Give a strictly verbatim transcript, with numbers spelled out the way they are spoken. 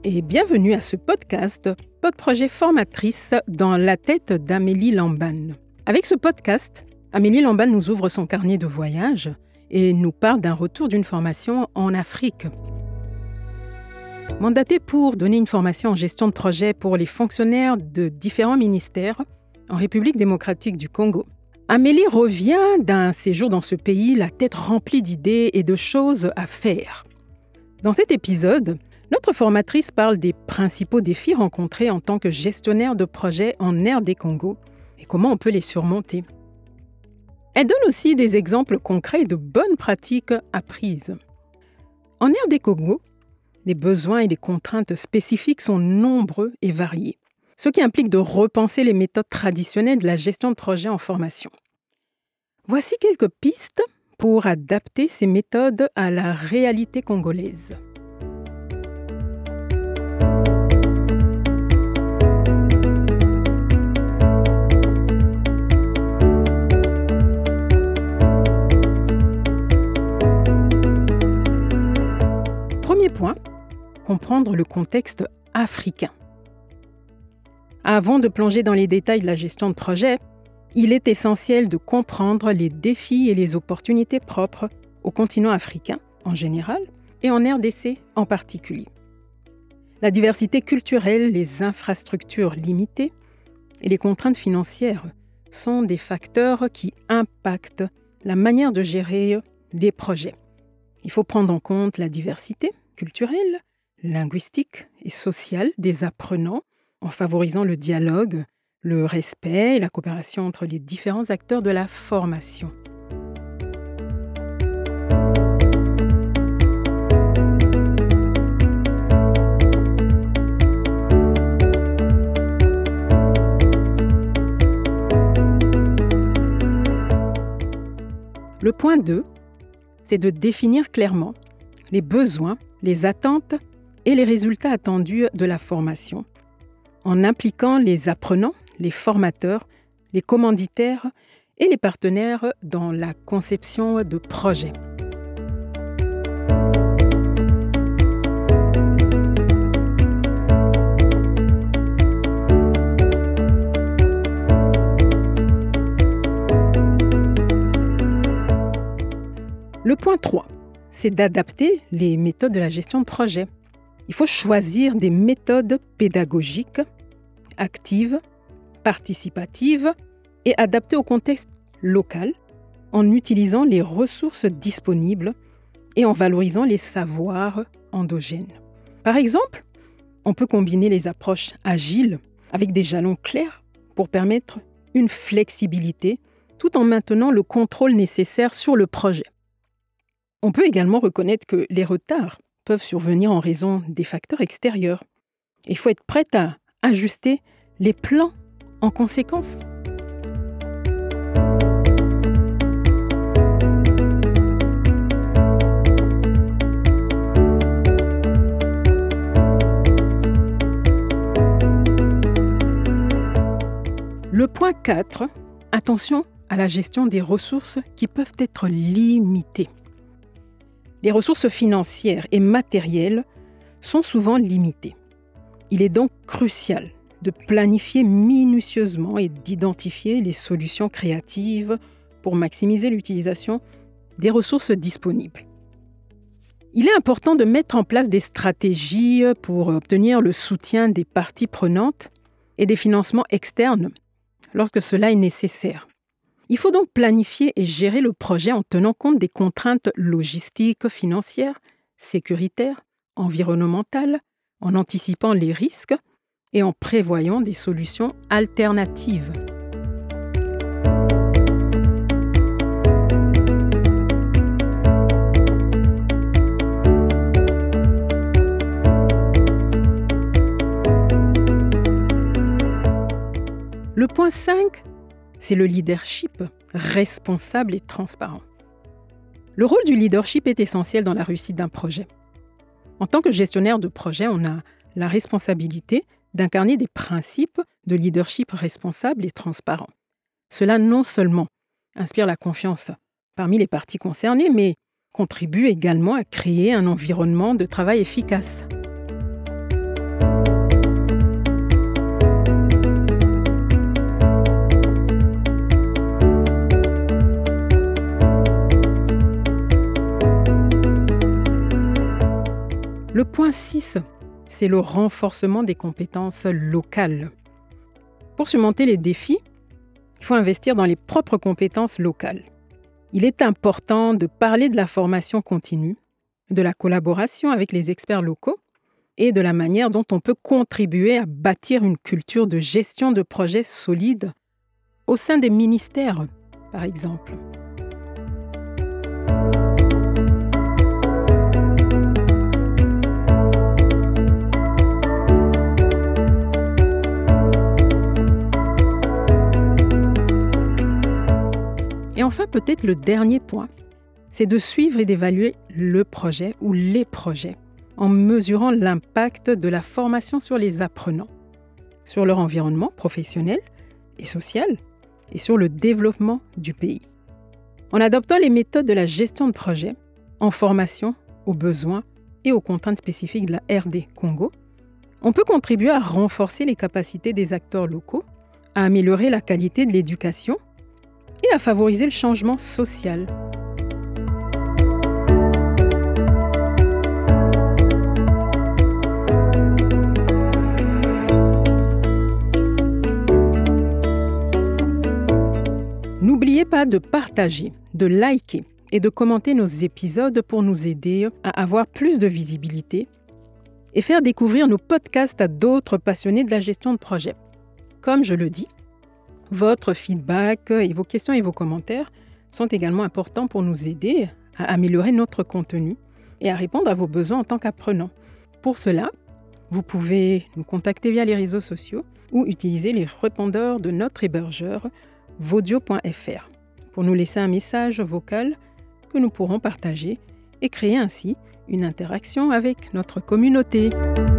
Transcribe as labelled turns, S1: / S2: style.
S1: et bienvenue à ce podcast, Podprojet formatrice dans la tête d'Amélie Lamban. Avec ce podcast, Amélie Lamban nous ouvre son carnet de voyage et nous parle d'un retour d'une formation en Afrique. Mandatée pour donner une formation en gestion de projet pour les fonctionnaires de différents ministères en République démocratique du Congo, Amélie revient d'un séjour dans ce pays, la tête remplie d'idées et de choses à faire. Dans cet épisode, notre formatrice parle des principaux défis rencontrés en tant que gestionnaire de projet en R D Congo et comment on peut les surmonter. Elle donne aussi des exemples concrets de bonnes pratiques apprises. En R D Congo, les besoins et les contraintes spécifiques sont nombreux et variés, ce qui implique de repenser les méthodes traditionnelles de la gestion de projet en formation. Voici quelques pistes pour adapter ces méthodes à la réalité congolaise. Premier point, comprendre le contexte africain. Avant de plonger dans les détails de la gestion de projet, il est essentiel de comprendre les défis et les opportunités propres au continent africain en général et en R D C en particulier. La diversité culturelle, les infrastructures limitées et les contraintes financières sont des facteurs qui impactent la manière de gérer les projets. Il faut prendre en compte la diversité culturelle, linguistique et sociale des apprenants en favorisant le dialogue, le respect et la coopération entre les différents acteurs de la formation. Le point deux, c'est de définir clairement les besoins, les attentes et les résultats attendus de la formation, en impliquant les apprenants, les formateurs, les commanditaires et les partenaires dans la conception de projets. Le point trois, c'est d'adapter les méthodes de la gestion de projet. Il faut choisir des méthodes pédagogiques, actives, participatives et adaptées au contexte local en utilisant les ressources disponibles et en valorisant les savoirs endogènes. Par exemple, on peut combiner les approches agiles avec des jalons clairs pour permettre une flexibilité tout en maintenant le contrôle nécessaire sur le projet. On peut également reconnaître que les retards peuvent survenir en raison des facteurs extérieurs. Il faut être prêt à ajuster les plans en conséquence. Le point quatre, attention à la gestion des ressources qui peuvent être limitées. Les ressources financières et matérielles sont souvent limitées. Il est donc crucial de planifier minutieusement et d'identifier les solutions créatives pour maximiser l'utilisation des ressources disponibles. Il est important de mettre en place des stratégies pour obtenir le soutien des parties prenantes et des financements externes lorsque cela est nécessaire. Il faut donc planifier et gérer le projet en tenant compte des contraintes logistiques, financières, sécuritaires, environnementales, en anticipant les risques et en prévoyant des solutions alternatives. Le point cinq, c'est le leadership responsable et transparent. Le rôle du leadership est essentiel dans la réussite d'un projet. En tant que gestionnaire de projet, on a la responsabilité d'incarner des principes de leadership responsable et transparent. Cela non seulement inspire la confiance parmi les parties concernées, mais contribue également à créer un environnement de travail efficace. Le point six, c'est le renforcement des compétences locales. Pour surmonter les défis, il faut investir dans les propres compétences locales. Il est important de parler de la formation continue, de la collaboration avec les experts locaux et de la manière dont on peut contribuer à bâtir une culture de gestion de projets solide au sein des ministères, par exemple. Et enfin, peut-être le dernier point, c'est de suivre et d'évaluer le projet ou les projets en mesurant l'impact de la formation sur les apprenants, sur leur environnement professionnel et social et sur le développement du pays. En adoptant les méthodes de la gestion de projet en formation aux besoins et aux contraintes spécifiques de la R D Congo, on peut contribuer à renforcer les capacités des acteurs locaux, à améliorer la qualité de l'éducation et à favoriser le changement social. N'oubliez pas de partager, de liker et de commenter nos épisodes pour nous aider à avoir plus de visibilité et faire découvrir nos podcasts à d'autres passionnés de la gestion de projet. Comme je le dis, votre feedback et vos questions et vos commentaires sont également importants pour nous aider à améliorer notre contenu et à répondre à vos besoins en tant qu'apprenants. Pour cela, vous pouvez nous contacter via les réseaux sociaux ou utiliser les répondeurs de notre hébergeur vodio point f r pour nous laisser un message vocal que nous pourrons partager et créer ainsi une interaction avec notre communauté.